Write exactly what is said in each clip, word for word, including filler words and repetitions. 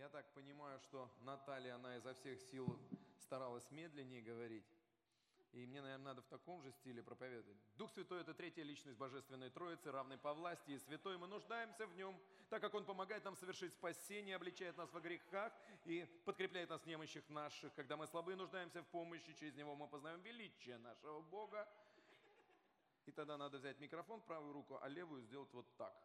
Я так понимаю, что Наталья, она изо всех сил старалась медленнее говорить. И мне, наверное, надо в таком же стиле проповедовать. Дух Святой – это третья личность Божественной Троицы, равный по власти и святой. Мы нуждаемся в Нем, так как Он помогает нам совершить спасение, обличает нас во грехах и подкрепляет нас в немощах наших. Когда мы слабы, нуждаемся в помощи, через Него мы познаем величие нашего Бога. И тогда надо взять микрофон в правую руку, а левую сделать вот так.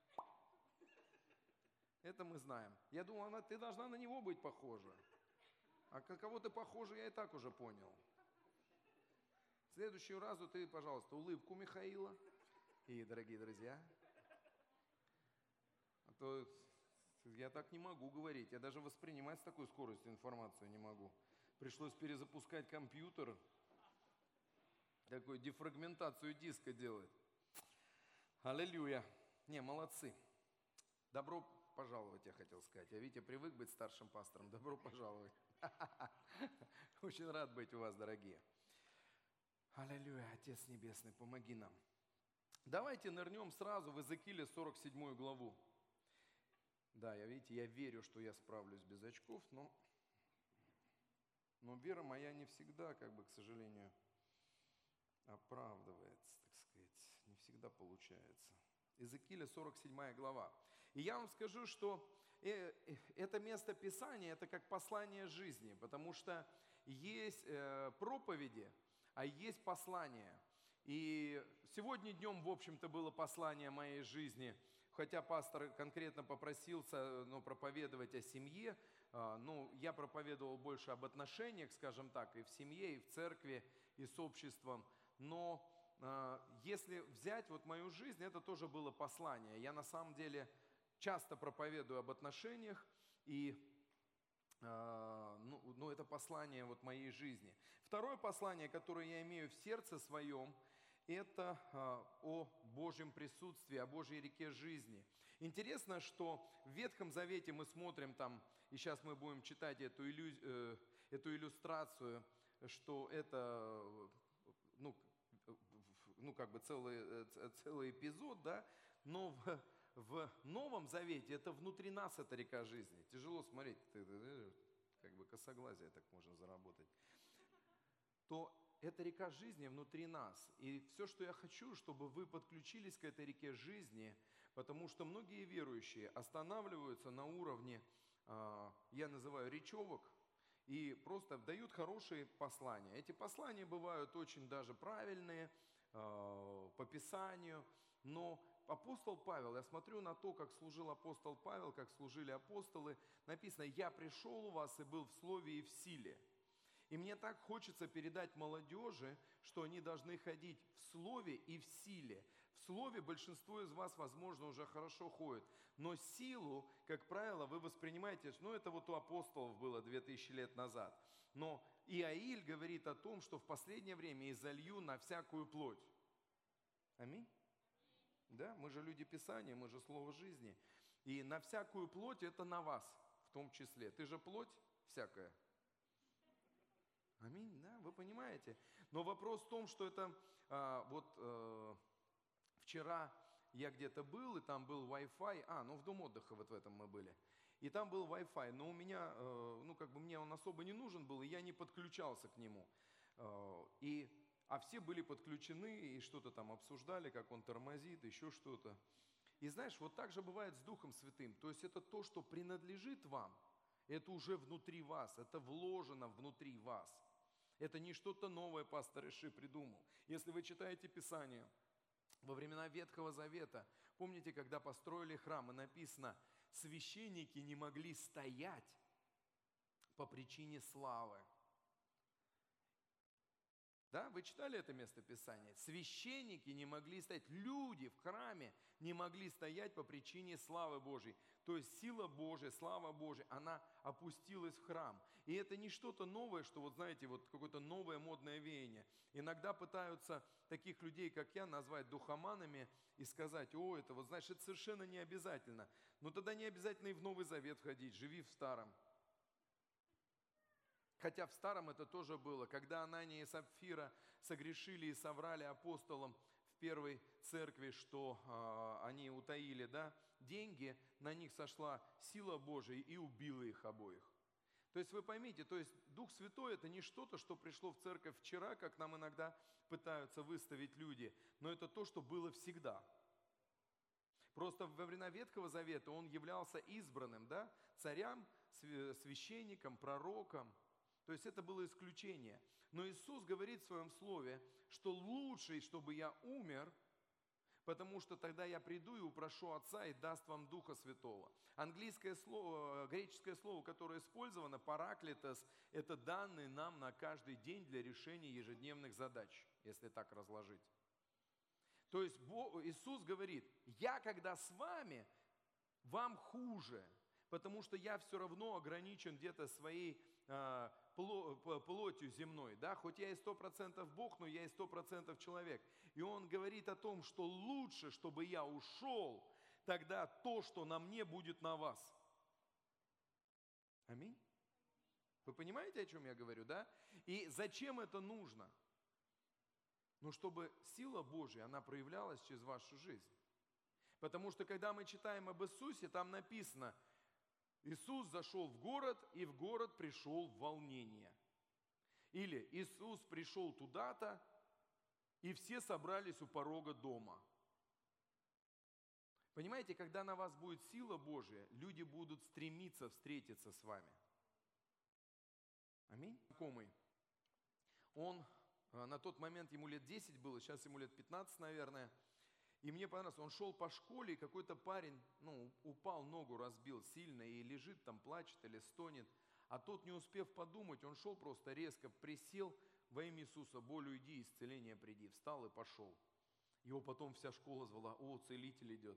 Это мы знаем. Я думал, она, ты должна на него быть похожа. А кого ты похожа, я и так уже понял. В следующий разу ты, пожалуйста, улыбку Михаила. И, дорогие друзья, а то я так не могу говорить. Я даже воспринимать с такой скоростью информацию не могу. Пришлось перезапускать компьютер. Такую дефрагментацию диска делать. Аллилуйя. Не, молодцы. Добро пожаловать, я хотел сказать. Я, Витя, привык быть старшим пастором. Добро пожаловать. Очень рад быть у вас, дорогие. Аллилуйя, Отец Небесный, помоги нам. Давайте нырнем сразу в Иезекииля сорок седьмую главу. Да, я, видите, я верю, что я справлюсь без очков, но, но вера моя не всегда, как бы, к сожалению, оправдывается, так сказать. Не всегда получается. Иезекииля сорок седьмая глава. И я вам скажу, что это место Писания, это как послание жизни, потому что есть проповеди, а есть послание. И сегодня днем, в общем-то, было послание моей жизни, хотя пастор конкретно попросился, ну, проповедовать о семье, ну, я проповедовал больше об отношениях, скажем так, и в семье, и в церкви, и с обществом, но если взять вот мою жизнь, это тоже было послание. Я на самом деле часто проповедую об отношениях, и ну, ну, это послание вот моей жизни. Второе послание, которое я имею в сердце своем, это о Божьем присутствии, о Божьей реке жизни. Интересно, что в Ветхом Завете мы смотрим там, и сейчас мы будем читать эту, иллю... эту иллюстрацию, что это, ну, ну, как бы целый, целый эпизод, да, но в, в Новом Завете это внутри нас эта река жизни. Тяжело смотреть, как бы косоглазие так можно заработать. То эта река жизни внутри нас. И все, что я хочу, чтобы вы подключились к этой реке жизни, потому что многие верующие останавливаются на уровне, я называю, речевок, и просто дают хорошие послания. Эти послания бывают очень даже правильные, э, по Писанию, но апостол Павел, я смотрю на то, как служил апостол Павел, как служили апостолы, написано: «Я пришел у вас и был в слове и в силе». И мне так хочется передать молодежи, что они должны ходить в слове и в силе. В слове большинство из вас, возможно, уже хорошо ходит, но силу, как правило, вы воспринимаете, ну это вот у апостолов было две тысячи лет назад. Но Иаиль говорит о том, что в последнее время изолью на всякую плоть. Аминь? Да, мы же люди Писания, мы же Слово жизни. И на всякую плоть это на вас в том числе. Ты же плоть всякая. Аминь, да, вы понимаете. Но вопрос в том, что это а, вот а, вчера я где-то был, и там был Wi-Fi, а, ну в дом отдыха вот в этом мы были. И там был Wi-Fi, но у меня, а, ну как бы мне он особо не нужен был, и я не подключался к нему. А, и, а все были подключены и что-то там обсуждали, как он тормозит, еще что-то. И знаешь, вот так же бывает с Духом Святым. То есть это то, что принадлежит вам, это уже внутри вас, это вложено внутри вас. Это не что-то новое пастор Иши придумал. Если вы читаете Писание, во времена Ветхого Завета, помните, когда построили храм, и написано: священники не могли стоять по причине славы. Да, вы читали это место Писания? Священники не могли стоять, люди в храме не могли стоять по причине славы Божьей. То есть сила Божья, слава Божья, она опустилась в храм. И это не что-то новое, что вот знаете, вот какое-то новое модное веяние. Иногда пытаются таких людей, как я, назвать духоманами и сказать: о, это вот, знаешь, это совершенно не обязательно. Но тогда не обязательно и в Новый Завет входить, живи в Старом. Хотя в Старом это тоже было, когда Анания и Сапфира согрешили и соврали апостолам в первой церкви, что э, они утаили, да, деньги, на них сошла сила Божия и убила их обоих. То есть вы поймите, то есть Дух Святой это не что-то, что пришло в церковь вчера, как нам иногда пытаются выставить люди, но это то, что было всегда. Просто во времена Ветхого Завета он являлся избранным, да, царям, священником, пророком. То есть это было исключение. Но Иисус говорит в своем слове, что лучше, чтобы я умер, потому что тогда я приду и упрошу Отца и даст вам Духа Святого. Английское слово, греческое слово, которое использовано, параклитос, это данные нам на каждый день для решения ежедневных задач, если так разложить. То есть Иисус говорит, я когда с вами, вам хуже, потому что я все равно ограничен где-то своей э, плотью земной. Да? Хоть я и сто процентов Бог, но я и сто процентов человек. И Он говорит о том, что лучше, чтобы я ушел, тогда то, что на мне, будет на вас. Аминь. Вы понимаете, о чем я говорю, да? И зачем это нужно? Ну, чтобы сила Божья, она проявлялась через вашу жизнь. Потому что, когда мы читаем об Иисусе, там написано, Иисус зашел в город, и в город пришел в волнение. Или Иисус пришел туда-то, и все собрались у порога дома. Понимаете, когда на вас будет сила Божья, люди будут стремиться встретиться с вами. Аминь. Знакомый, он на тот момент, ему лет десять было, сейчас ему лет пятнадцать, наверное. И мне понравилось, он шел по школе, и какой-то парень, ну, упал, ногу разбил сильно, и лежит там, плачет или стонет. А тот, не успев подумать, он шел просто резко, присел, во имя Иисуса, боль уйди, исцеление приди. Встал и пошел. Его потом вся школа звала, о, целитель идет.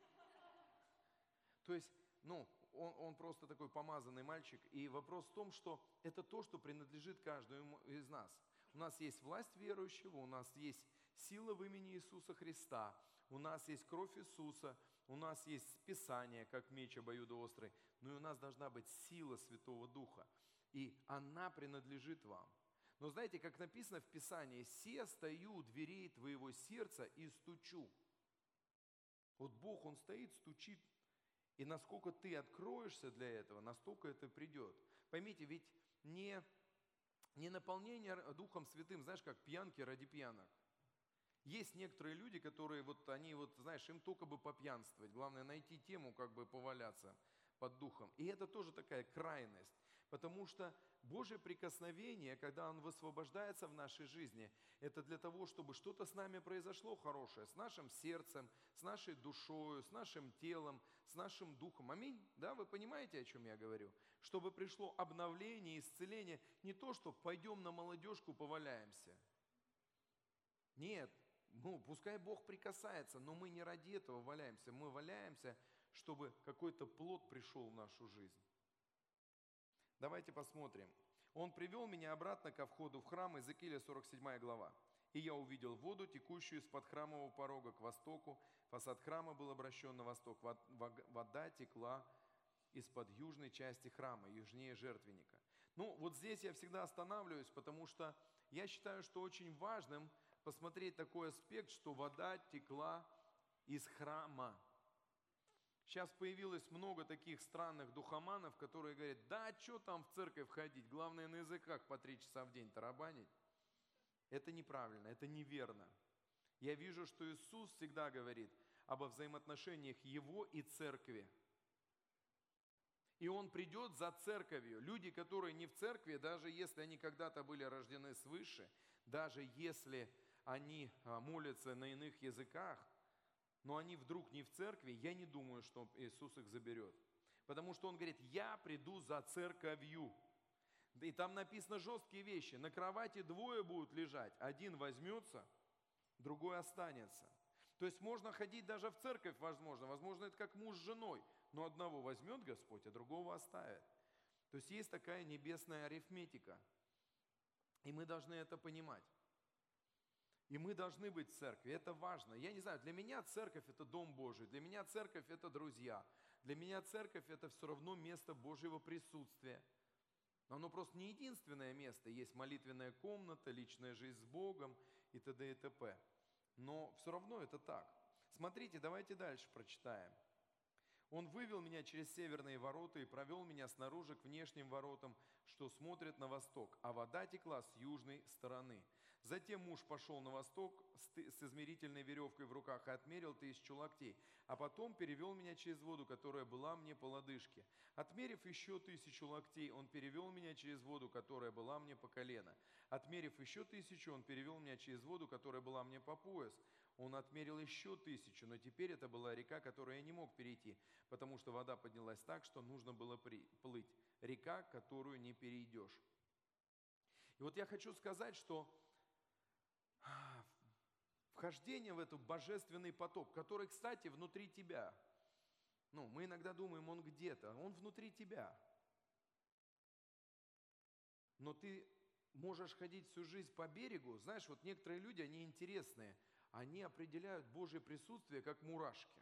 То есть, ну, он, он просто такой помазанный мальчик. И вопрос в том, что это то, что принадлежит каждому из нас. У нас есть власть верующего, у нас есть сила в имени Иисуса Христа, у нас есть кровь Иисуса, у нас есть Писание, как меч обоюдоострый, но и у нас должна быть сила Святого Духа, и она принадлежит вам. Но знаете, как написано в Писании, «Се стою у дверей твоего сердца и стучу». Вот Бог, Он стоит, стучит, и насколько ты откроешься для этого, настолько это придет. Поймите, ведь не... Не наполнение Духом Святым, знаешь, как пьянки ради пьянок. Есть некоторые люди, которые, вот они, вот, знаешь, им только бы попьянствовать. Главное найти тему, как бы поваляться под Духом. И это тоже такая крайность. Потому что Божье прикосновение, когда Он высвобождается в нашей жизни, это для того, чтобы что-то с нами произошло хорошее, с нашим сердцем, с нашей душой, с нашим телом, с нашим духом. Аминь? Да, вы понимаете, о чем я говорю? Чтобы пришло обновление, исцеление. Не то, что пойдем на молодежку поваляемся. Нет, ну, пускай Бог прикасается, но мы не ради этого валяемся. Мы валяемся, чтобы какой-то плод пришел в нашу жизнь. Давайте посмотрим. Он привел меня обратно ко входу в храм, Иезекииля сорок седьмая глава. «И я увидел воду, текущую из-под храмового порога к востоку. Фасад храма был обращен на восток. Вода текла из-под южной части храма, южнее жертвенника». Ну, вот здесь я всегда останавливаюсь, потому что я считаю, что очень важным посмотреть такой аспект, что вода текла из храма. Сейчас появилось много таких странных духоманов, которые говорят, да, что там в церковь ходить, главное на языках по три часа в день тарабанить. Это неправильно, это неверно. Я вижу, что Иисус всегда говорит об взаимоотношениях Его и церкви. И Он придет за церковью. Люди, которые не в церкви, даже если они когда-то были рождены свыше, даже если они молятся на иных языках, но они вдруг не в церкви, я не думаю, что Иисус их заберет. Потому что Он говорит, я приду за церковью. И там написано жесткие вещи. На кровати двое будут лежать. Один возьмется, другой останется. То есть можно ходить даже в церковь, возможно. Возможно, это как муж с женой. Но одного возьмет Господь, а другого оставит. То есть есть такая небесная арифметика. И мы должны это понимать. И мы должны быть в церкви, это важно. Я не знаю, для меня церковь – это Дом Божий, для меня церковь – это друзья. Для меня церковь – это все равно место Божьего присутствия. Но оно просто не единственное место. Есть молитвенная комната, личная жизнь с Богом и т.д. и т.п. Но все равно это так. Смотрите, давайте дальше прочитаем. Он вывел меня через северные ворота и провел меня снаружи к внешним воротам, что смотрят на восток, а вода текла с южной стороны. Затем муж пошел на восток с измерительной веревкой в руках и отмерил тысячу локтей, а потом перевел меня через воду, которая была мне по лодыжке. Отмерив еще тысячу локтей, он перевел меня через воду, которая была мне по колено. Отмерив еще тысячу, он перевел меня через воду, которая была мне по пояс. Он отмерил еще тысячу, но теперь это была река, которую я не мог перейти, потому что вода поднялась так, что нужно было плыть. Река, которую не перейдешь. И вот я хочу сказать, что вхождение в этот божественный поток, который, кстати, внутри тебя. Ну, мы иногда думаем, он где-то, он внутри тебя. Но ты можешь ходить всю жизнь по берегу. Знаешь, вот некоторые люди, они интересные. Они определяют Божье присутствие как мурашки.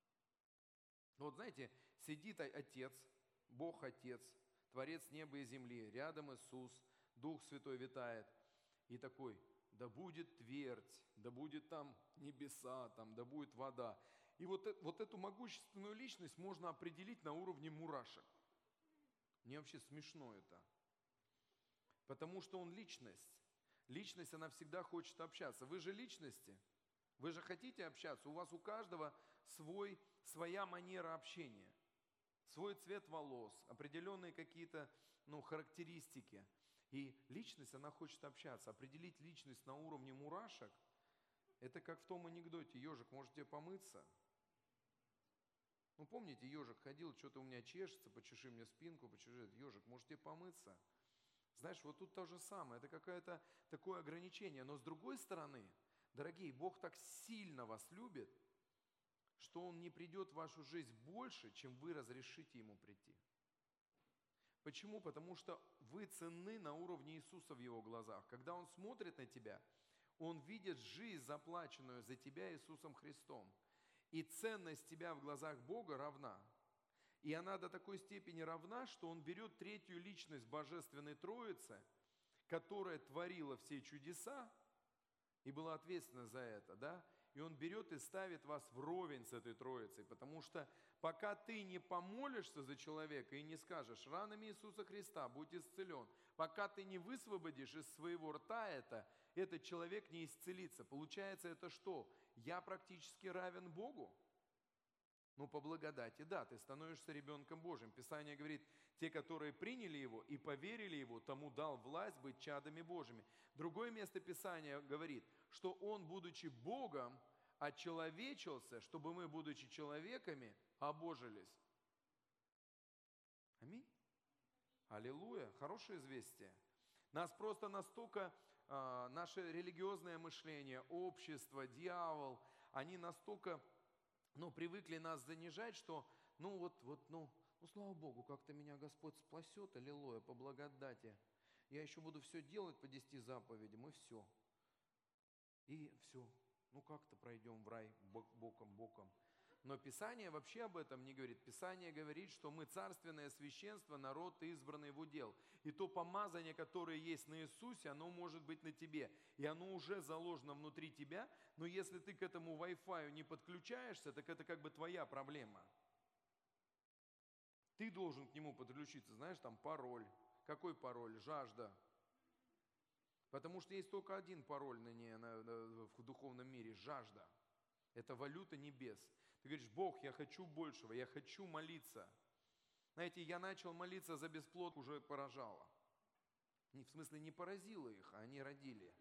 Вот знаете, сидит Отец, Бог Отец, Творец неба и земли, рядом Иисус, Дух Святой витает. И такой, да будет твердь, да будет там небеса, там, да будет вода. И вот, вот эту могущественную личность можно определить на уровне мурашек. Мне вообще смешно это. Потому что он личность. Личность, она всегда хочет общаться. Вы же личности. Вы же хотите общаться. У вас у каждого свой, своя манера общения. Свой цвет волос, определенные какие-то ну, характеристики. И личность, она хочет общаться. Определить личность на уровне мурашек, это как в том анекдоте. Ежик, можете помыться? Ну, помните, ежик ходил, что-то у меня чешется, почеши мне спинку, почеши. Ежик, можете помыться? Знаешь, вот тут то же самое. Это какое-то такое ограничение. Но с другой стороны, дорогие, Бог так сильно вас любит, что Он не придет в вашу жизнь больше, чем вы разрешите Ему прийти. Почему? Потому что вы ценны на уровне Иисуса в Его глазах. Когда Он смотрит на тебя, Он видит жизнь, заплаченную за тебя Иисусом Христом. И ценность тебя в глазах Бога равна. И она до такой степени равна, что Он берет третью личность Божественной Троицы, которая творила все чудеса и была ответственна за это, да? И Он берет и ставит вас вровень с этой Троицей, потому что пока ты не помолишься за человека и не скажешь, ранами Иисуса Христа будь исцелен, пока ты не высвободишь из своего рта это, этот человек не исцелится. Получается это что? Я практически равен Богу? Ну, по благодати, да, ты становишься ребенком Божьим. Писание говорит, те, которые приняли Его и поверили Его, тому дал власть быть чадами Божьими. Другое место Писания говорит, что Он, будучи Богом, очеловечился, чтобы мы, будучи человеками, обожились. Аминь. Аллилуйя. Хорошее известие. Нас просто настолько, э, наше религиозное мышление, общество, дьявол, они настолько, ну, привыкли нас занижать, что, ну, вот, вот, ну, ну, слава Богу, как-то меня Господь спасет, аллилуйя, по благодати. Я еще буду все делать по десяти заповедям, и все. И все. Ну, как-то пройдем в рай боком, боком. Но Писание вообще об этом не говорит. Писание говорит, что мы царственное священство, народ избранный в удел. И то помазание, которое есть на Иисусе, оно может быть на тебе. И оно уже заложено внутри тебя. Но если ты к этому Wi-Fi не подключаешься, так это как бы твоя проблема. Ты должен к нему подключиться. Знаешь, там пароль. Какой пароль? Жажда. Потому что есть только один пароль на ней, на, на, в духовном мире – жажда. Это валюта небес. Ты говоришь, Бог, я хочу большего, я хочу молиться. Знаете, я начал молиться за бесплод, уже поражало. В смысле, не поразило их, а они родили.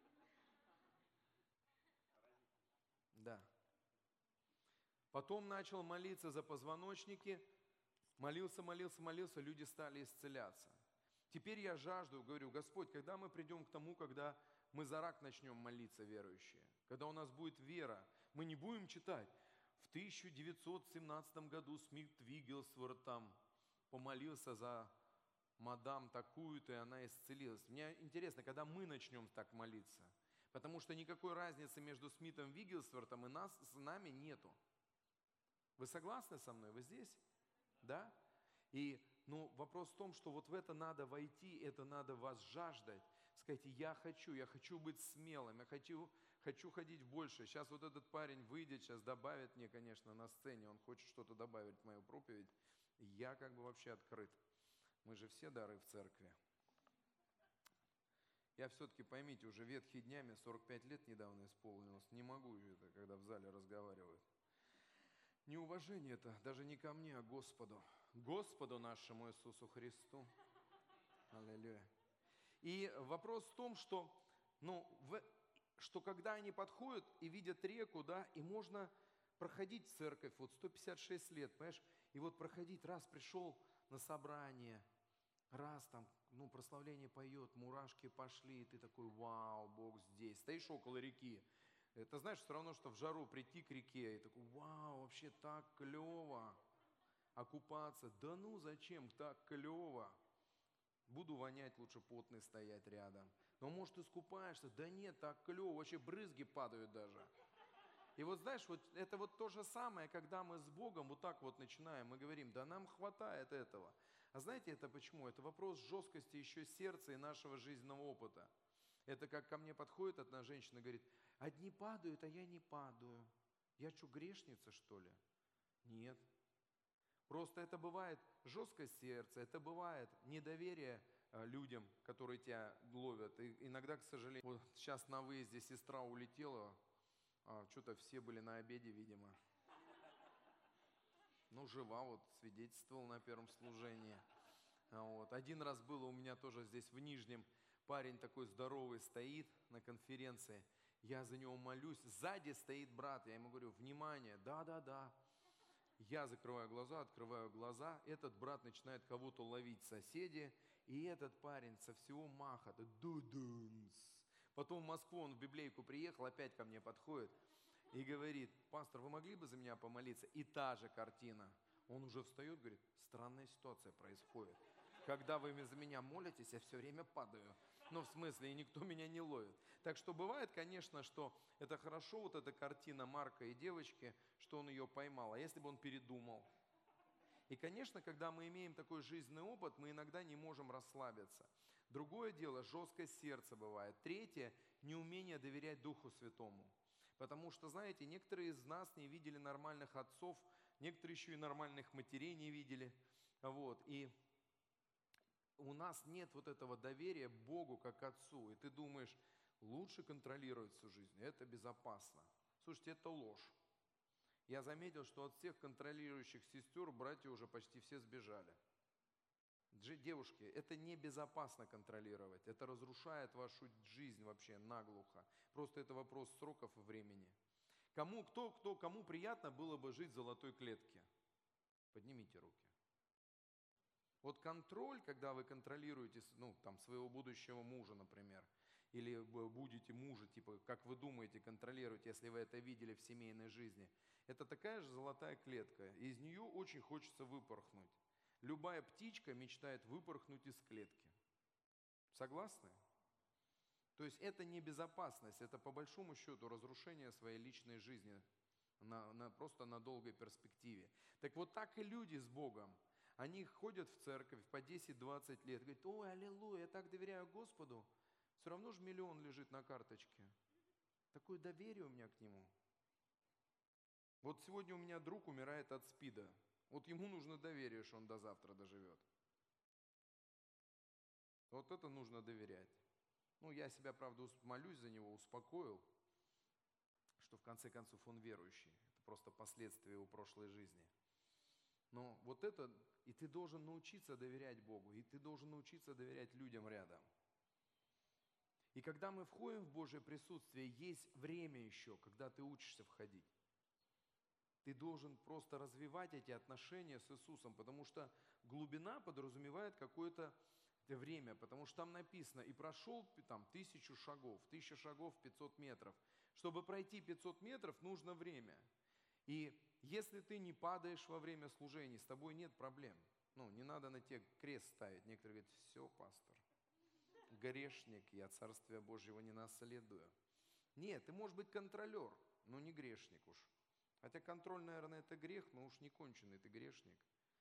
Да. Потом начал молиться за позвоночники. Молился, молился, молился, люди стали исцеляться. Теперь я жажду, говорю, Господь, когда мы придем к тому, когда мы за рак начнем молиться, верующие, когда у нас будет вера, мы не будем читать. В тысяча девятьсот семнадцатом году Смит Вигглсворт там помолился за мадам такую-то, и она исцелилась. Мне интересно, когда мы начнем так молиться, потому что никакой разницы между Смитом Вигглсвортом и нас, с нами нету. Вы согласны со мной? Вы здесь? Да? И ну, вопрос в том, что вот в это надо войти, это надо вас жаждать. Сказать, я хочу, я хочу быть смелым, я хочу, хочу ходить больше. Сейчас вот этот парень выйдет, сейчас добавит мне, конечно, на сцене, он хочет что-то добавить в мою проповедь. Я как бы вообще открыт. Мы же все дары в церкви. Я все-таки, поймите, уже ветхий днями, сорок пять лет недавно исполнилось. Не могу это, когда в зале разговаривают. Неуважение это даже не ко мне, а Господу. Господу нашему Иисусу Христу. Аллилуйя. И вопрос в том, что, ну, в, что когда они подходят и видят реку, да, и можно проходить в церковь, вот сто пятьдесят шесть лет, понимаешь, и вот проходить, раз пришел на собрание, раз там, ну, прославление поет, мурашки пошли, и ты такой, вау, Бог здесь. Стоишь около реки. Это, знаешь, все равно, что в жару прийти к реке, и такой, вау, вообще так клево. Окупаться. Да ну, зачем, так клево. Буду вонять, лучше потный стоять рядом. Но может искупаешься? Да нет, так клево, вообще брызги падают даже. И вот знаешь, вот это вот то же самое, когда мы с Богом вот так вот начинаем, мы говорим, да нам хватает этого. А знаете это почему? Это вопрос жесткости еще сердца и нашего жизненного опыта. Это как ко мне подходит одна женщина и говорит, одни падают, а я не падаю. Я что, грешница, что ли? Нет. Просто это бывает жесткость сердца, это бывает недоверие э, людям, которые тебя ловят. И иногда, к сожалению, вот сейчас на выезде сестра улетела, а, что-то все были на обеде, видимо. Ну, жива, вот, свидетельствовал на первом служении. А вот. Один раз было у меня тоже здесь в Нижнем, парень такой здоровый стоит на конференции, я за него молюсь, сзади стоит брат, я ему говорю, внимание, да-да-да. Я закрываю глаза, открываю глаза, этот брат начинает кого-то ловить соседи, и этот парень со всего маха, ду-дунс. Потом в Москву он в библейку приехал, опять ко мне подходит и говорит, пастор, вы могли бы за меня помолиться? И та же картина. Он уже встает, говорит, странная ситуация происходит. Когда вы за меня молитесь, я все время падаю. Ну, в смысле, и никто меня не ловит. Так что бывает, конечно, что это хорошо, вот эта картина Марка и девочки, что он ее поймал. А если бы он передумал? И, конечно, когда мы имеем такой жизненный опыт, мы иногда не можем расслабиться. Другое дело, жесткое сердце бывает. Третье, неумение доверять Духу Святому. Потому что, знаете, некоторые из нас не видели нормальных отцов, некоторые еще и нормальных матерей не видели. Вот. И у нас нет вот этого доверия Богу как Отцу. И ты думаешь, лучше контролировать всю жизнь, это безопасно. Слушайте, это ложь. Я заметил, что от всех контролирующих сестер братья уже почти все сбежали. Девушки, это небезопасно контролировать. Это разрушает вашу жизнь вообще наглухо. Просто это вопрос сроков и времени. Кому, кто, кто, кому приятно было бы жить в золотой клетке? Поднимите руки. Вот контроль, когда вы контролируете, ну, там, своего будущего мужа, например, или вы будете мужа, типа, как вы думаете контролировать, если вы это видели в семейной жизни, это такая же золотая клетка, и из нее очень хочется выпорхнуть. Любая птичка мечтает выпорхнуть из клетки. Согласны? То есть это не безопасность, это по большому счету разрушение своей личной жизни на, на, просто на долгой перспективе. Так вот так и люди с Богом. Они ходят в церковь по десять-двадцать лет, говорят, ой, аллилуйя, я так доверяю Господу, все равно же миллион лежит на карточке. Такое доверие у меня к Нему. Вот сегодня у меня друг умирает от СПИДа. Вот ему нужно доверие, что он до завтра доживет. Вот это нужно доверять. Ну, я себя, правда, молюсь за него, успокоил, что в конце концов он верующий. Это просто последствия его прошлой жизни. Но вот это, и ты должен научиться доверять Богу, и ты должен научиться доверять людям рядом. И когда мы входим в Божье присутствие, есть время еще, когда ты учишься входить. Ты должен просто развивать эти отношения с Иисусом, потому что глубина подразумевает какое-то время, потому что там написано, и прошел там тысячу шагов, тысяча шагов, пятьсот метров. Чтобы пройти пятьсот метров, нужно время. И если ты не падаешь во время служения, с тобой нет проблем. Ну, не надо на тебе крест ставить. Некоторые говорят, все, пастор, грешник, я Царствия Божьего не наследую. Нет, ты можешь быть контролер, но не грешник уж. Хотя контроль, наверное, это грех, но уж не конченый, ты грешник.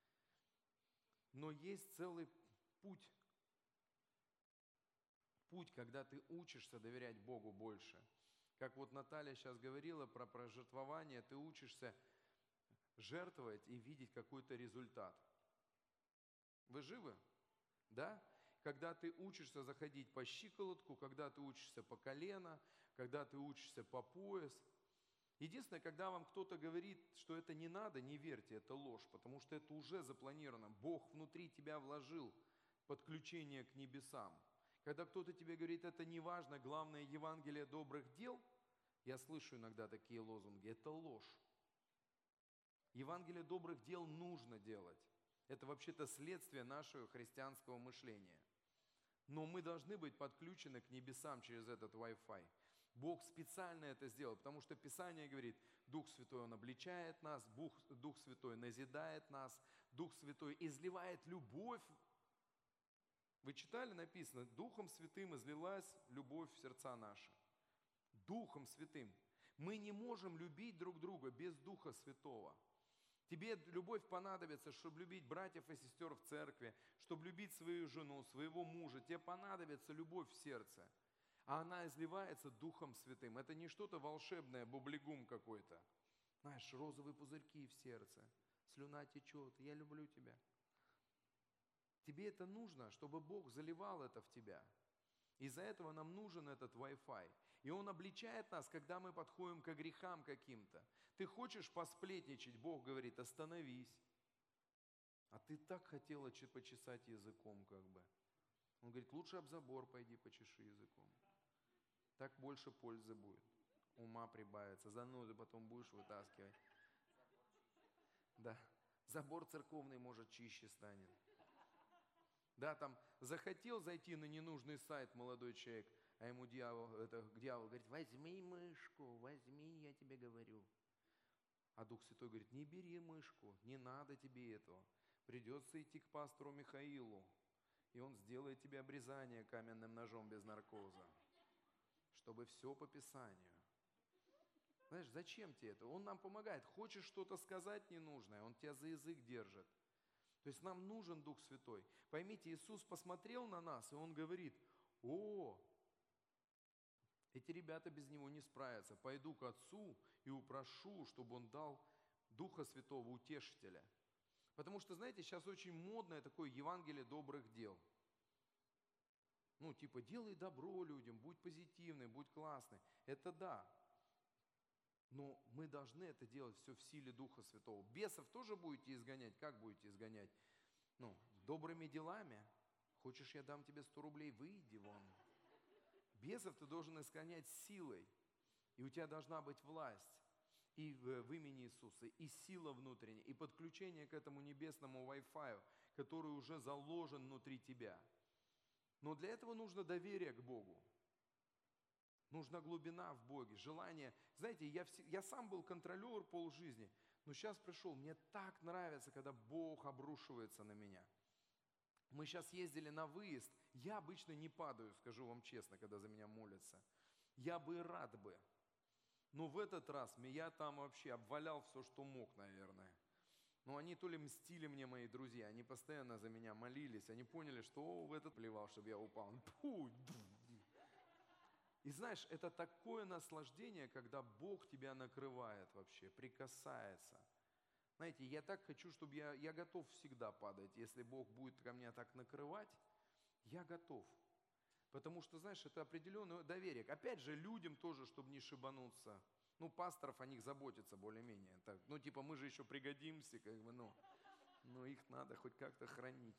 Но есть целый путь. Путь, когда ты учишься доверять Богу больше. Как вот Наталья сейчас говорила про пожертвование, ты учишься жертвовать и видеть какой-то результат. Вы живы? Да? Когда ты учишься заходить по щиколотку, когда ты учишься по колено, когда ты учишься по пояс. Единственное, когда вам кто-то говорит, что это не надо, не верьте, это ложь, потому что это уже запланировано. Бог внутри тебя вложил подключение к небесам. Когда кто-то тебе говорит, это не важно, главное Евангелие добрых дел, я слышу иногда такие лозунги, это ложь. Евангелие добрых дел нужно делать. Это вообще-то следствие нашего христианского мышления. Но мы должны быть подключены к небесам через этот Wi-Fi. Бог специально это сделал, потому что Писание говорит, Дух Святой, Он обличает нас, Дух, Дух Святой назидает нас, Дух Святой изливает любовь. Вы читали, написано, Духом Святым излилась любовь в сердца наши. Духом Святым. Мы не можем любить друг друга без Духа Святого. Тебе любовь понадобится, чтобы любить братьев и сестер в церкви, чтобы любить свою жену, своего мужа. Тебе понадобится любовь в сердце. А она изливается Духом Святым. Это не что-то волшебное, бублигум какой-то. Знаешь, розовые пузырьки в сердце, слюна течет, я люблю тебя. Тебе это нужно, чтобы Бог заливал это в тебя. Из-за этого нам нужен этот Wi-Fi. И Он обличает нас, когда мы подходим к грехам каким-то. Ты хочешь посплетничать, Бог говорит, остановись. А ты так хотела почесать языком как бы. Он говорит, лучше об забор пойди почеши языком. Так больше пользы будет. Ума прибавится. Занозы потом будешь вытаскивать. Да. Забор церковный, может, чище станет. Да, там захотел зайти на ненужный сайт молодой человек, а ему дьявол, это, дьявол говорит, возьми мышку, возьми, я тебе говорю. А Дух Святой говорит, не бери мышку, не надо тебе этого. Придется идти к пастору Михаилу, и он сделает тебе обрезание каменным ножом без наркоза, чтобы все по Писанию. Знаешь, зачем тебе это? Он нам помогает. Хочешь что-то сказать ненужное, он тебя за язык держит. То есть нам нужен Дух Святой. Поймите, Иисус посмотрел на нас, и Он говорит, о, эти ребята без Него не справятся. Пойду к Отцу и упрошу, чтобы Он дал Духа Святого, Утешителя. Потому что, знаете, сейчас очень модное такое Евангелие добрых дел. Ну, типа, делай добро людям, будь позитивный, будь классный. Это да. Но мы должны это делать все в силе Духа Святого. Бесов тоже будете изгонять. Как будете изгонять? Ну, добрыми делами. Хочешь, я дам тебе сто рублей? Выйди вон. Бесов ты должен изгонять силой. И у тебя должна быть власть. И в, в имени Иисуса. И сила внутренняя. И подключение к этому небесному Wi-Fi, который уже заложен внутри тебя. Но для этого нужно доверие к Богу. Нужна глубина в Боге, желание. Знаете, я, вс... я сам был контролер полжизни, но сейчас пришел, мне так нравится, когда Бог обрушивается на меня. Мы сейчас ездили на выезд, я обычно не падаю, скажу вам честно, когда за меня молятся. Я бы и рад бы. Но в этот раз я там вообще обвалял все, что мог, наверное. Но они то ли мстили мне, мои друзья, они постоянно за меня молились, они поняли, что о, в этот плевал, чтобы я упал. Фу, и знаешь, это такое наслаждение, когда Бог тебя накрывает вообще, прикасается. Знаете, я так хочу, чтобы я, я готов всегда падать. Если Бог будет ко мне так накрывать, я готов. Потому что, знаешь, это определенное доверие. Опять же, людям тоже, чтобы не шибануться. Ну, пасторов о них заботятся более-менее. Так, ну, типа, мы же еще пригодимся, как бы, ну. Но их надо хоть как-то хранить.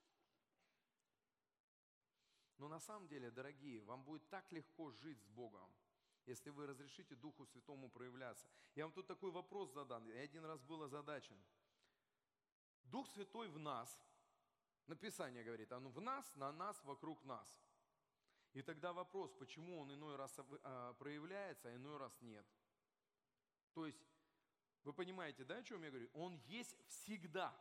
Но на самом деле, дорогие, вам будет так легко жить с Богом, если вы разрешите Духу Святому проявляться. Я вам тут такой вопрос задам. Я один раз был озадачен. Дух Святой в нас. Написание говорит, он в нас, на нас, вокруг нас. И тогда вопрос, почему он иной раз проявляется, а иной раз нет. То есть, вы понимаете, да, о чем я говорю? Он есть всегда.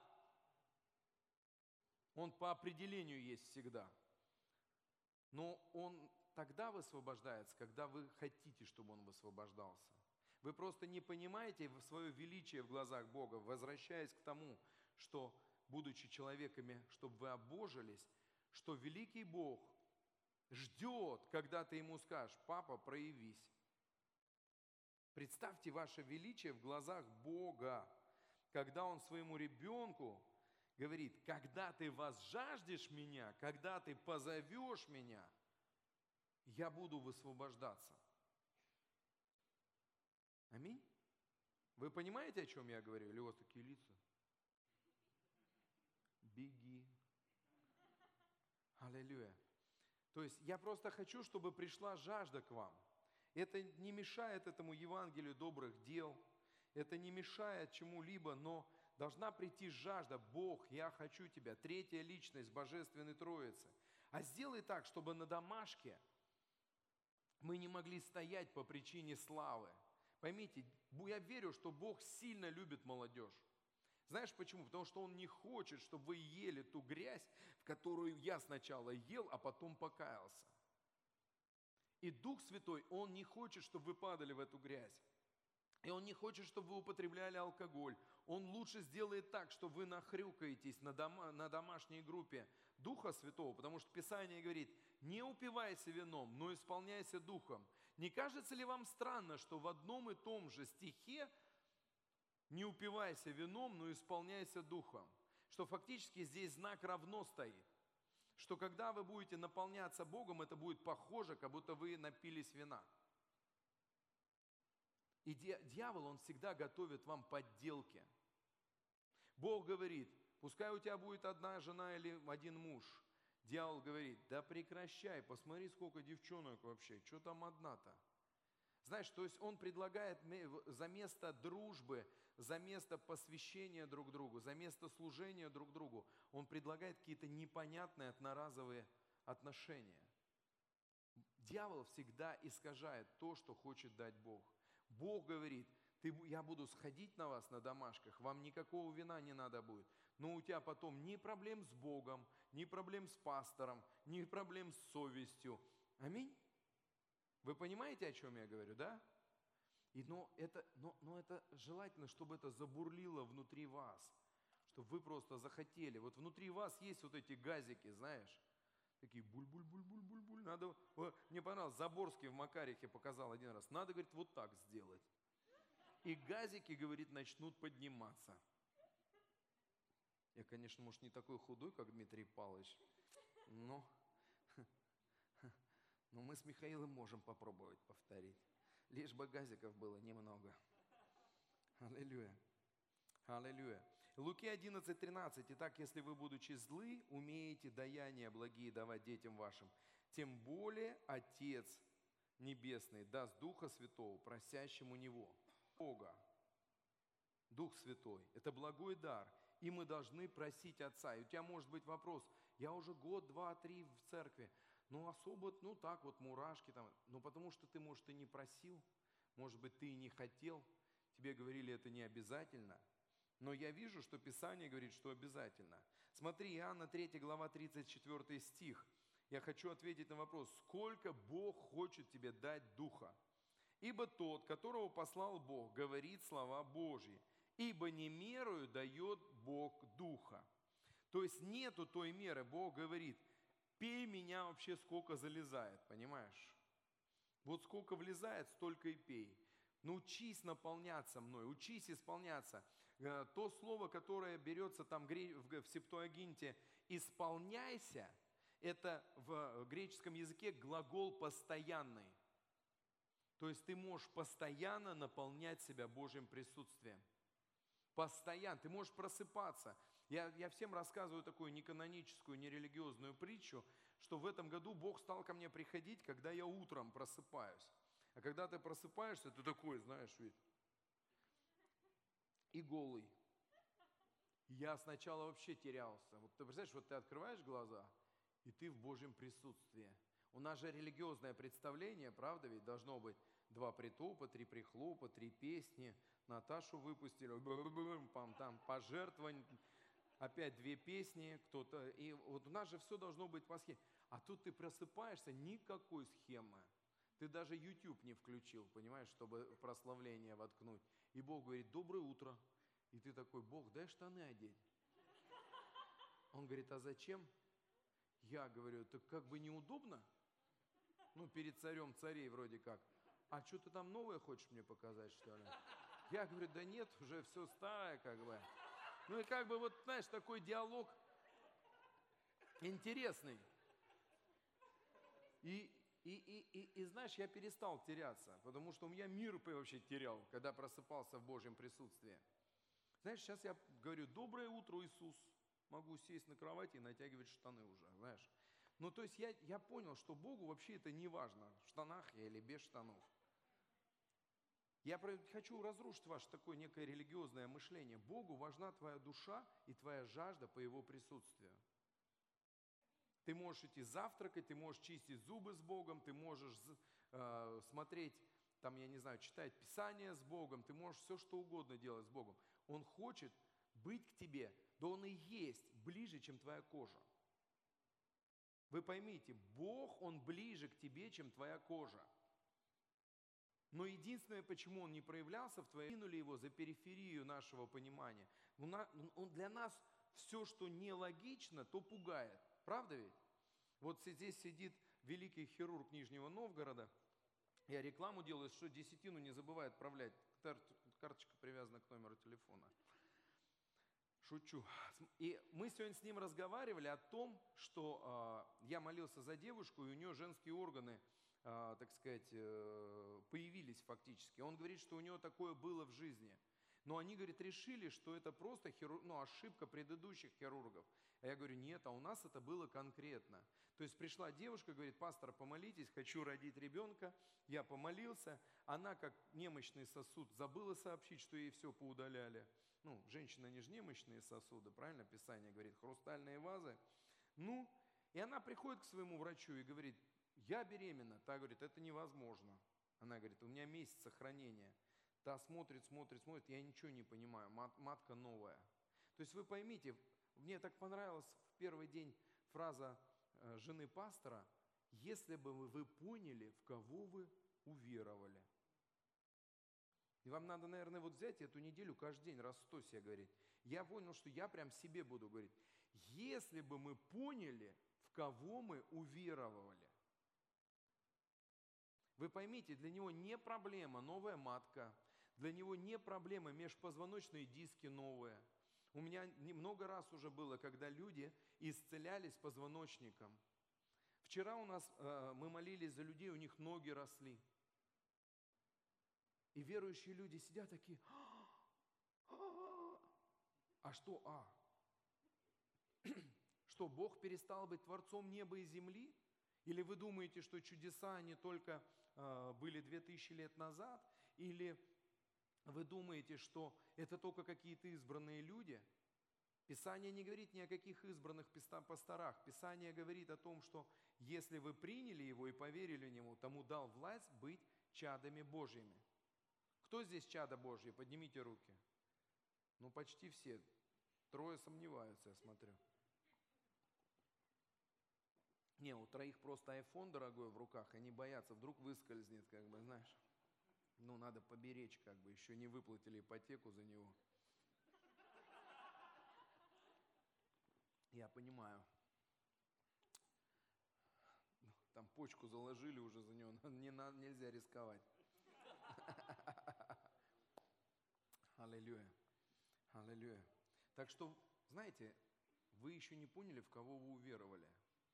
Он по определению есть всегда. Но Он тогда высвобождается, когда вы хотите, чтобы Он высвобождался. Вы просто не понимаете свое величие в глазах Бога, возвращаясь к тому, что, будучи человеками, чтобы вы обожились, что великий Бог ждет, когда ты Ему скажешь, папа, проявись. Представьте ваше величие в глазах Бога, когда Он своему ребенку говорит: когда ты возжаждешь меня, когда ты позовешь меня, я буду высвобождаться. Аминь. Вы понимаете, о чем я говорю? Или у вас такие лица? Беги. Аллилуйя. То есть я просто хочу, чтобы пришла жажда к вам. Это не мешает этому Евангелию добрых дел. Это не мешает чему-либо, но должна прийти жажда. Бог, я хочу Тебя. Третья личность Божественной Троицы. А сделай так, чтобы на домашке мы не могли стоять по причине славы. Поймите, я верю, что Бог сильно любит молодежь. Знаешь почему? Потому что Он не хочет, чтобы вы ели ту грязь, в которую я сначала ел, а потом покаялся. И Дух Святой, Он не хочет, чтобы вы падали в эту грязь. И Он не хочет, чтобы вы употребляли алкоголь. Он лучше сделает так, что вы нахрюкаетесь на, дома, на домашней группе Духа Святого, потому что Писание говорит: не упивайся вином, но исполняйся Духом. Не кажется ли вам странно, что в одном и том же стихе не упивайся вином, но исполняйся Духом? Что фактически здесь знак равно стоит. Что когда вы будете наполняться Богом, это будет похоже, как будто вы напились вина. И дьявол, он всегда готовит вам подделки. Бог говорит: пускай у тебя будет одна жена или один муж. Дьявол говорит: да прекращай, посмотри, сколько девчонок вообще, что там одна-то? Знаешь, то есть он предлагает за место дружбы, за место посвящения друг другу, за место служения друг другу, он предлагает какие-то непонятные одноразовые отношения. Дьявол всегда искажает то, что хочет дать Бог. Бог говорит: Ты, я буду сходить на вас на домашках, вам никакого вина не надо будет. Но у тебя потом ни проблем с Богом, ни проблем с пастором, ни проблем с совестью. Аминь. Вы понимаете, о чем я говорю, да? И, но, это, но, но это желательно, чтобы это забурлило внутри вас. Чтобы вы просто захотели. Вот внутри вас есть вот эти газики, знаешь. Такие буль-буль-буль-буль-буль-буль. Надо, мне понравилось, Заборский в Макарихе показал один раз. Надо, говорит, вот так сделать. И газики, говорит, начнут подниматься. Я, конечно, может, не такой худой, как Дмитрий Павлович, но, но мы с Михаилом можем попробовать повторить. Лишь бы газиков было немного. Аллилуйя. Аллилуйя. Луки одиннадцать тринадцать. Итак, если вы, будучи злы, умеете даяния благие давать детям вашим, тем более Отец Небесный даст Духа Святого просящему Него. Бога. Дух Святой. Это благой дар. И мы должны просить Отца. И у тебя может быть вопрос: я уже год, два, три в церкви. Ну, особо, ну так вот, мурашки там. Ну, потому что ты, может, и не просил. Может быть, ты и не хотел. Тебе говорили, это не обязательно. Но я вижу, что Писание говорит, что обязательно. Смотри, Иоанна третья глава, тридцать четвёртый стих. Я хочу ответить на вопрос: сколько Бог хочет тебе дать Духа? Ибо тот, которого послал Бог, говорит слова Божьи. Ибо не мерою дает Бог Духа. То есть нету той меры. Бог говорит: пей меня вообще сколько залезает, понимаешь? Вот сколько влезает, столько и пей. Научись наполняться мной, учись исполняться. То слово, которое берется там в Септуагинте «исполняйся», это в греческом языке глагол постоянный. То есть ты можешь постоянно наполнять себя Божьим присутствием. Постоянно. Ты можешь просыпаться. Я, я всем рассказываю такую неканоническую, нерелигиозную притчу, что в этом году Бог стал ко мне приходить, когда я утром просыпаюсь. А когда ты просыпаешься, ты такой, знаешь, ведь, и голый. Я сначала вообще терялся. Вот ты представляешь, вот ты открываешь глаза, и ты в Божьем присутствии. У нас же религиозное представление, правда ведь, должно быть два притопа, три прихлопа, три песни, Наташу выпустили, там пожертвования, опять две песни, кто-то, и вот у нас же все должно быть по схеме. А тут ты просыпаешься, никакой схемы. Ты даже YouTube не включил, понимаешь, чтобы прославление воткнуть. И Бог говорит: доброе утро. И ты такой: Бог, дай штаны одеть. Он говорит: а зачем? Я говорю: это как бы неудобно. Ну, перед царем царей вроде как. а что ты там новое хочешь мне показать, что ли? Я говорю, да нет, уже все старое, как бы. Ну и как бы вот, знаешь, такой диалог интересный. И, и, и, и, и знаешь, я перестал теряться, потому что у меня мир вообще терял, когда просыпался в Божьем присутствии. Знаешь, сейчас я говорю, доброе утро, Иисус. Могу сесть на кровати и натягивать штаны уже, знаешь. Ну, то есть я, я понял, что Богу вообще это не важно, в штанах я или без штанов. Я хочу разрушить ваше такое некое религиозное мышление. Богу важна твоя душа и твоя жажда по Его присутствию. Ты можешь идти завтракать, ты можешь чистить зубы с Богом, ты можешь э, смотреть, там, я не знаю, читать Писание с Богом, ты можешь все, что угодно делать с Богом. Он хочет быть к тебе, да Он и есть ближе, чем твоя кожа. Вы поймите, Бог, Он ближе к тебе, чем твоя кожа. Но единственное, почему Он не проявлялся в твоей, кинули Его за периферию нашего понимания. Он для нас все, что нелогично, то пугает. Правда ведь? Вот здесь сидит великий хирург Нижнего Новгорода. Я рекламу делаю, что десятину не забывай отправлять. Карточка привязана к номеру телефона. Шучу. И мы сегодня с ним разговаривали о том, что э, я молился за девушку, и у нее женские органы, э, так сказать, э, появились фактически. Он говорит, что у нее такое было в жизни. Но они, говорит, решили, что это просто хирург, ну, ошибка предыдущих хирургов. А я говорю, нет, а у нас это было конкретно. То есть пришла девушка, говорит, пастор, помолитесь, хочу родить ребенка. Я помолился, она как немощный сосуд забыла сообщить, что ей все поудаляли. Ну, женщины, они же немощные сосуды, правильно Писание говорит, хрустальные вазы. Ну, и она приходит к своему врачу и говорит, я беременна. Та говорит, это невозможно. Она говорит, у меня месяц сохранения. Та смотрит, смотрит, смотрит, я ничего не понимаю, мат, матка новая. То есть вы поймите, мне так понравилась в первый день фраза э, жены пастора, если бы вы, вы поняли, в кого вы уверовали. И вам надо, наверное, вот взять эту неделю каждый день, раз сто себе говорить. Я понял, что я прям себе буду говорить, если бы мы поняли, в кого мы уверовали. Вы поймите, для него не проблема новая матка, для него не проблема межпозвоночные диски новые. У меня много раз уже было, когда люди исцелялись позвоночником. Вчера у нас э, мы молились за людей, у них ноги росли. И верующие люди сидят такие, а что а? Что, Бог перестал быть творцом неба и земли? Или вы думаете, что чудеса, они только э, были две тысячи лет назад? Или вы думаете, что это только какие-то избранные люди? Писание не говорит ни о каких избранных пасторах. Писание говорит о том, что если вы приняли Его и поверили в Него, тому дал власть быть чадами Божьими. Кто здесь чада Божьи? Поднимите руки. Ну, почти все. Трое сомневаются, я смотрю. Не, у троих просто айфон дорогой в руках, они боятся, вдруг выскользнет, как бы, знаешь. Ну, надо поберечь, как бы, еще не выплатили ипотеку за него. Я понимаю. Там почку заложили уже за него, не надо, нельзя рисковать. Аллилуйя. Аллилуйя. Так что, знаете, вы еще не поняли, в кого вы уверовали.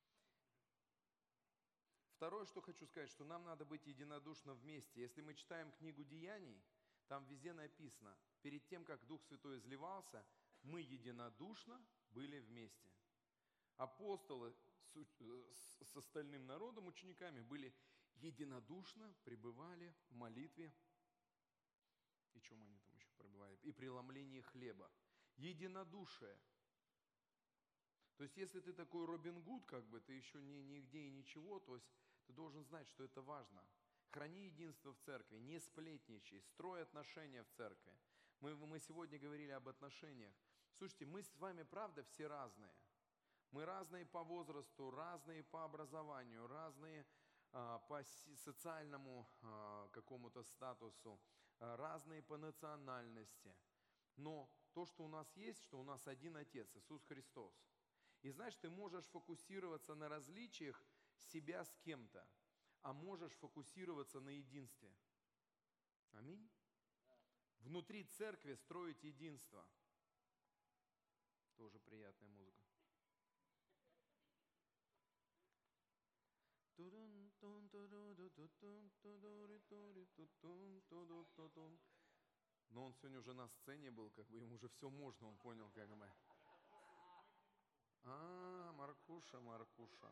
Второе, что хочу сказать, что нам надо быть единодушно вместе. Если мы читаем книгу Деяний, там везде написано, перед тем, как Дух Святой изливался, мы единодушно были вместе. Апостолы с остальным народом, учениками, были единодушно, пребывали в молитве. И чем они там еще пребывали? И преломлении хлеба. Единодушие. То есть, если ты такой Робин Гуд, как бы, ты еще не нигде и ничего, то есть ты должен знать, что это важно. Храни единство в церкви, не сплетничай, строй отношения в церкви. Мы, мы сегодня говорили об отношениях. Слушайте, мы с вами, правда, все разные. Мы разные по возрасту, разные по образованию, разные а, по социальному а, какому-то статусу, а, разные по национальности. Но то, что у нас есть, что у нас один Отец, Иисус Христос. И знаешь, ты можешь фокусироваться на различиях себя с кем-то, а можешь фокусироваться на единстве. Аминь. Внутри церкви строить единство. Тоже приятная музыка. Но он сегодня уже на сцене был, как бы ему уже все можно, он понял, как бы. А, Маркуша, Маркуша.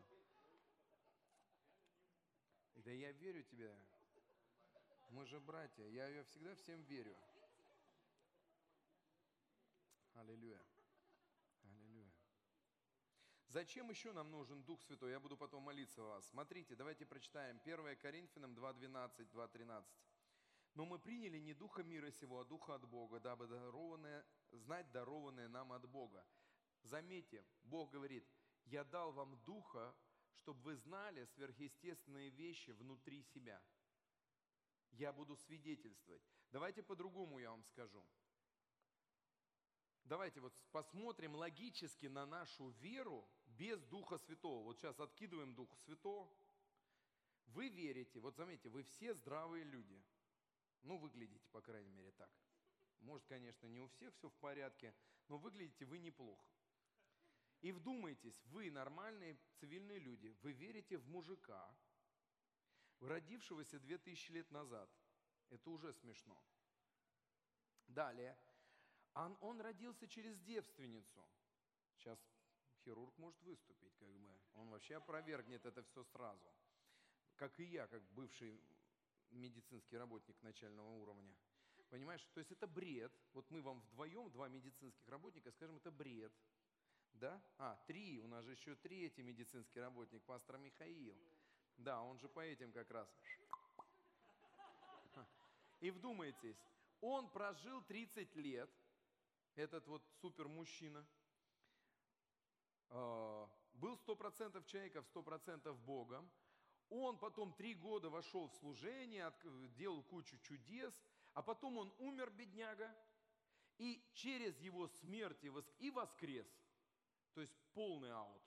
Да я верю тебе. Мы же братья. Я, я всегда всем верю. Аллилуйя. Аллилуйя. Зачем еще нам нужен Дух Святой? Я буду потом молиться о вас. Смотрите, давайте прочитаем первое Коринфянам два двенадцать, два тринадцать. Но мы приняли не духа мира сего, а духа от Бога, дабы дарованное, знать дарованное нам от Бога. Заметьте, Бог говорит, я дал вам духа, чтобы вы знали сверхъестественные вещи внутри себя. Я буду свидетельствовать. Давайте по-другому я вам скажу. Давайте вот посмотрим логически на нашу веру без Духа Святого. Вот сейчас откидываем Духа Святого. Вы верите, вот заметьте, вы все здравые люди. Ну, выглядите, по крайней мере, так. Может, конечно, не у всех все в порядке, но выглядите вы неплохо. И вдумайтесь, вы нормальные цивильные люди, вы верите в мужика, родившегося две тысячи лет назад. Это уже смешно. Далее. Он, он родился через девственницу. Сейчас хирург может выступить, как бы. Он вообще опровергнет это все сразу. Как и я, как бывший медицинский работник начального уровня. Понимаешь? То есть это бред. Вот мы вам вдвоем, два медицинских работника, скажем, это бред. Да? А, три. У нас же еще третий медицинский работник, пастор Михаил. Да, он же по этим как раз. И вдумайтесь, он прожил тридцать лет, этот вот супермужчина, был сто процентов человеком, сто процентов Богом. Он потом три года вошел в служение, делал кучу чудес, а потом он умер, бедняга, и через его смерть и воскрес. То есть полный аут.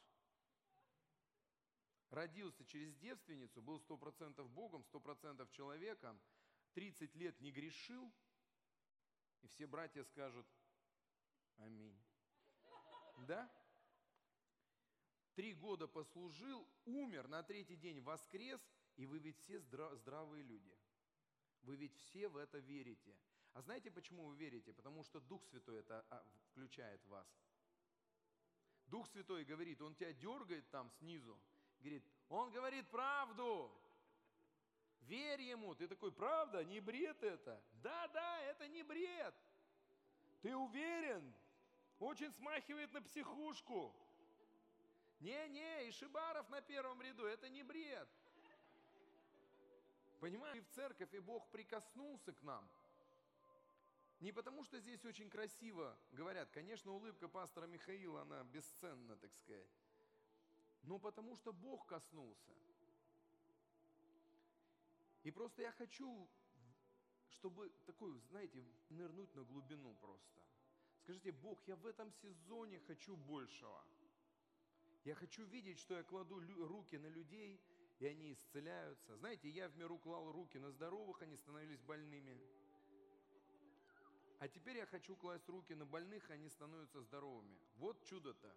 Родился через девственницу, был сто процентов Богом, сто процентов человеком, тридцать лет не грешил, и все братья скажут аминь. Да? Три года послужил, умер, на третий день воскрес, и вы ведь все здравые люди. Вы ведь все в это верите. А знаете, почему вы верите? Потому что Дух Святой это включает в вас. Дух Святой говорит, Он тебя дергает там снизу, говорит, Он говорит правду. Верь Ему. Ты такой, правда? Не бред это? Да, да, это не бред. Ты уверен? Очень смахивает на психушку. Не-не, и Шибаров на первом ряду, это не бред. Понимаете, в церковь, и Бог прикоснулся к нам. Не потому, что здесь очень красиво говорят. Конечно, улыбка пастора Михаила, она бесценна, так сказать. Но потому, что Бог коснулся. И просто я хочу, чтобы такой, знаете, нырнуть на глубину просто. Скажите, Бог, я в этом сезоне хочу большего. Я хочу видеть, что я кладу руки на людей, и они исцеляются. Знаете, я в миру клал руки на здоровых, они становились больными. А теперь я хочу класть руки на больных, и они становятся здоровыми. Вот чудо-то.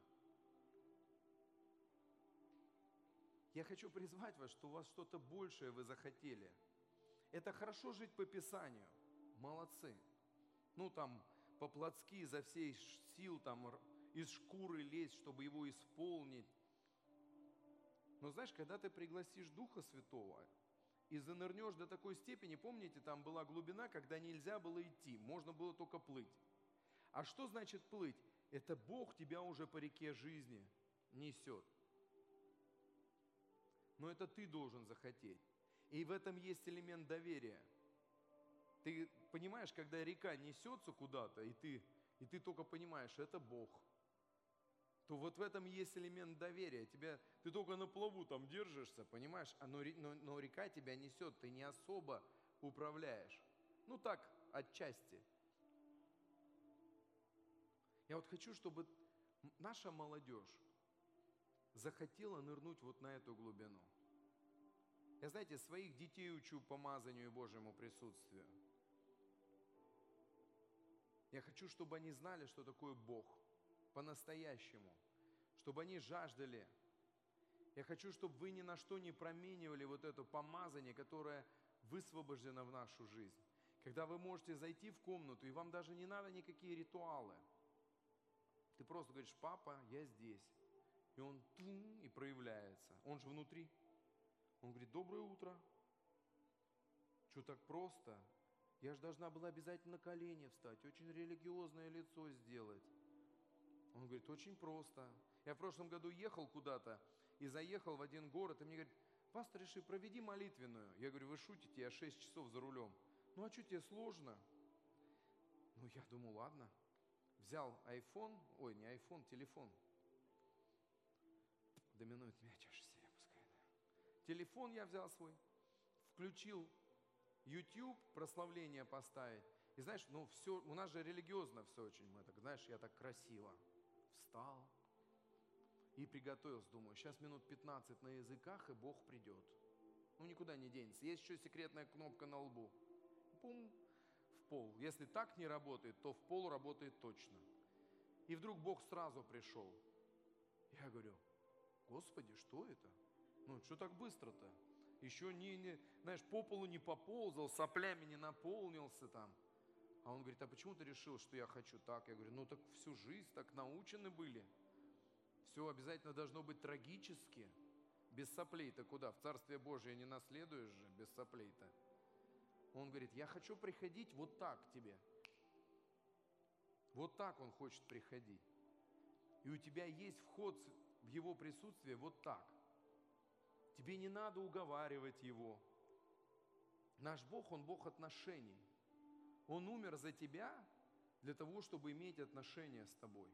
Я хочу призвать вас, что у вас что-то большее вы захотели. Это хорошо жить по Писанию. Молодцы. Ну там по-плотски изо всей сил там из шкуры лезть, чтобы его исполнить. Но знаешь, когда ты пригласишь Духа Святого и занырнешь до такой степени, помните, там была глубина, когда нельзя было идти, можно было только плыть. А что значит плыть? Это Бог тебя уже по реке жизни несет. Но это ты должен захотеть. И в этом есть элемент доверия. Ты понимаешь, когда река несется куда-то, и ты, и ты только понимаешь, это Бог, то вот в этом есть элемент доверия. Тебя, ты только на плаву там держишься, понимаешь, а но, но, но река тебя несет, ты не особо управляешь. Ну так, отчасти. Я вот хочу, чтобы наша молодежь захотела нырнуть вот на эту глубину. Я, знаете, своих детей учу помазанию и Божьему присутствию. Я хочу, чтобы они знали, что такое Бог по-настоящему, чтобы они жаждали. Я хочу, чтобы вы ни на что не променивали вот это помазание, которое высвобождено в нашу жизнь. Когда вы можете зайти в комнату, и вам даже не надо никакие ритуалы. Ты просто говоришь: папа, я здесь. И он тум, и проявляется. Он же внутри. Он говорит: доброе утро. Что так просто? Я же должна была обязательно на колени встать, очень религиозное лицо сделать. Он говорит: очень просто. Я в прошлом году ехал куда-то и заехал в один город, и мне говорит: пастор, реши, проведи молитвенную. Я говорю: вы шутите, я шесть часов за рулем. Ну а что тебе сложно? Ну я думаю, ладно. Взял айфон, ой, не айфон, телефон. Доминует меня чаще всего, пускай. Телефон я взял свой, включил YouTube, прославление поставить. И знаешь, ну все, у нас же религиозно все очень. Мы так, знаешь, я так красиво встал и приготовился. Думаю, сейчас минут пятнадцать на языках, и Бог придет. Ну никуда не денется. Есть еще секретная кнопка на лбу. Пум, в пол. Если так не работает, то в пол работает точно. И вдруг Бог сразу пришел. Я говорю: Господи, что это? Ну, что так быстро-то? Еще не, не, знаешь, по полу не поползал, соплями не наполнился там. А он говорит: а почему ты решил, что я хочу так? Я говорю: ну так всю жизнь так научены были. Все обязательно должно быть трагически. Без соплей-то куда? В Царствие Божие не наследуешь же без соплей-то. Он говорит: я хочу приходить вот так к тебе. Вот так он хочет приходить. И у тебя есть вход в его присутствие вот так. Тебе не надо уговаривать его. Наш Бог, Он Бог отношений. Он умер за тебя для того, чтобы иметь отношения с тобой.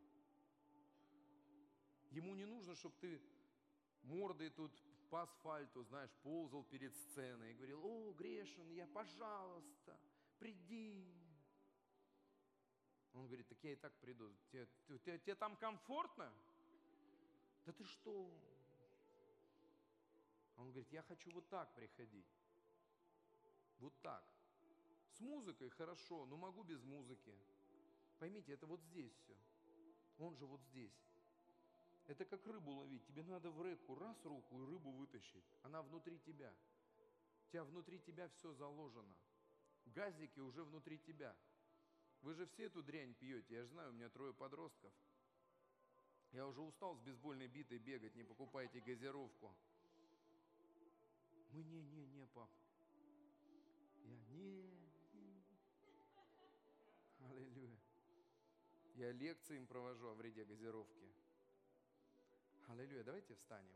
Ему не нужно, чтобы ты мордой тут по асфальту, знаешь, ползал перед сценой и говорил: о, грешен я, пожалуйста, приди. Он говорит: так я и так приду. Тебе, тебе, тебе там комфортно? Да ты что? Он говорит: я хочу вот так приходить. Вот так. С музыкой хорошо, но могу без музыки. Поймите, это вот здесь все. Он же вот здесь. Это как рыбу ловить. Тебе надо в реку раз руку и рыбу вытащить. Она внутри тебя. У тебя внутри тебя все заложено. Газики уже внутри тебя. Вы же все эту дрянь пьете. Я же знаю, у меня трое подростков. Я уже устал с бейсбольной битой бегать. Не покупайте газировку. Мы не, не, не, пап. Я не. Аллилуйя. Я лекции им провожу о вреде газировки. Аллилуйя. Давайте встанем.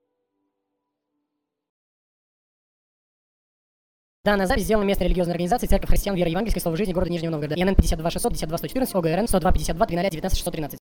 Данная запись сделана местной религиозной организацией Церковь Христиан Веры Евангельской Слова Жизни города Нижнего Новгорода. ИНН пятьдесят два шестьсот пятьдесят два сто четырнадцать, ОГРН сто два пятьдесят два тринадцать девятнадцать шестьсот тринадцать.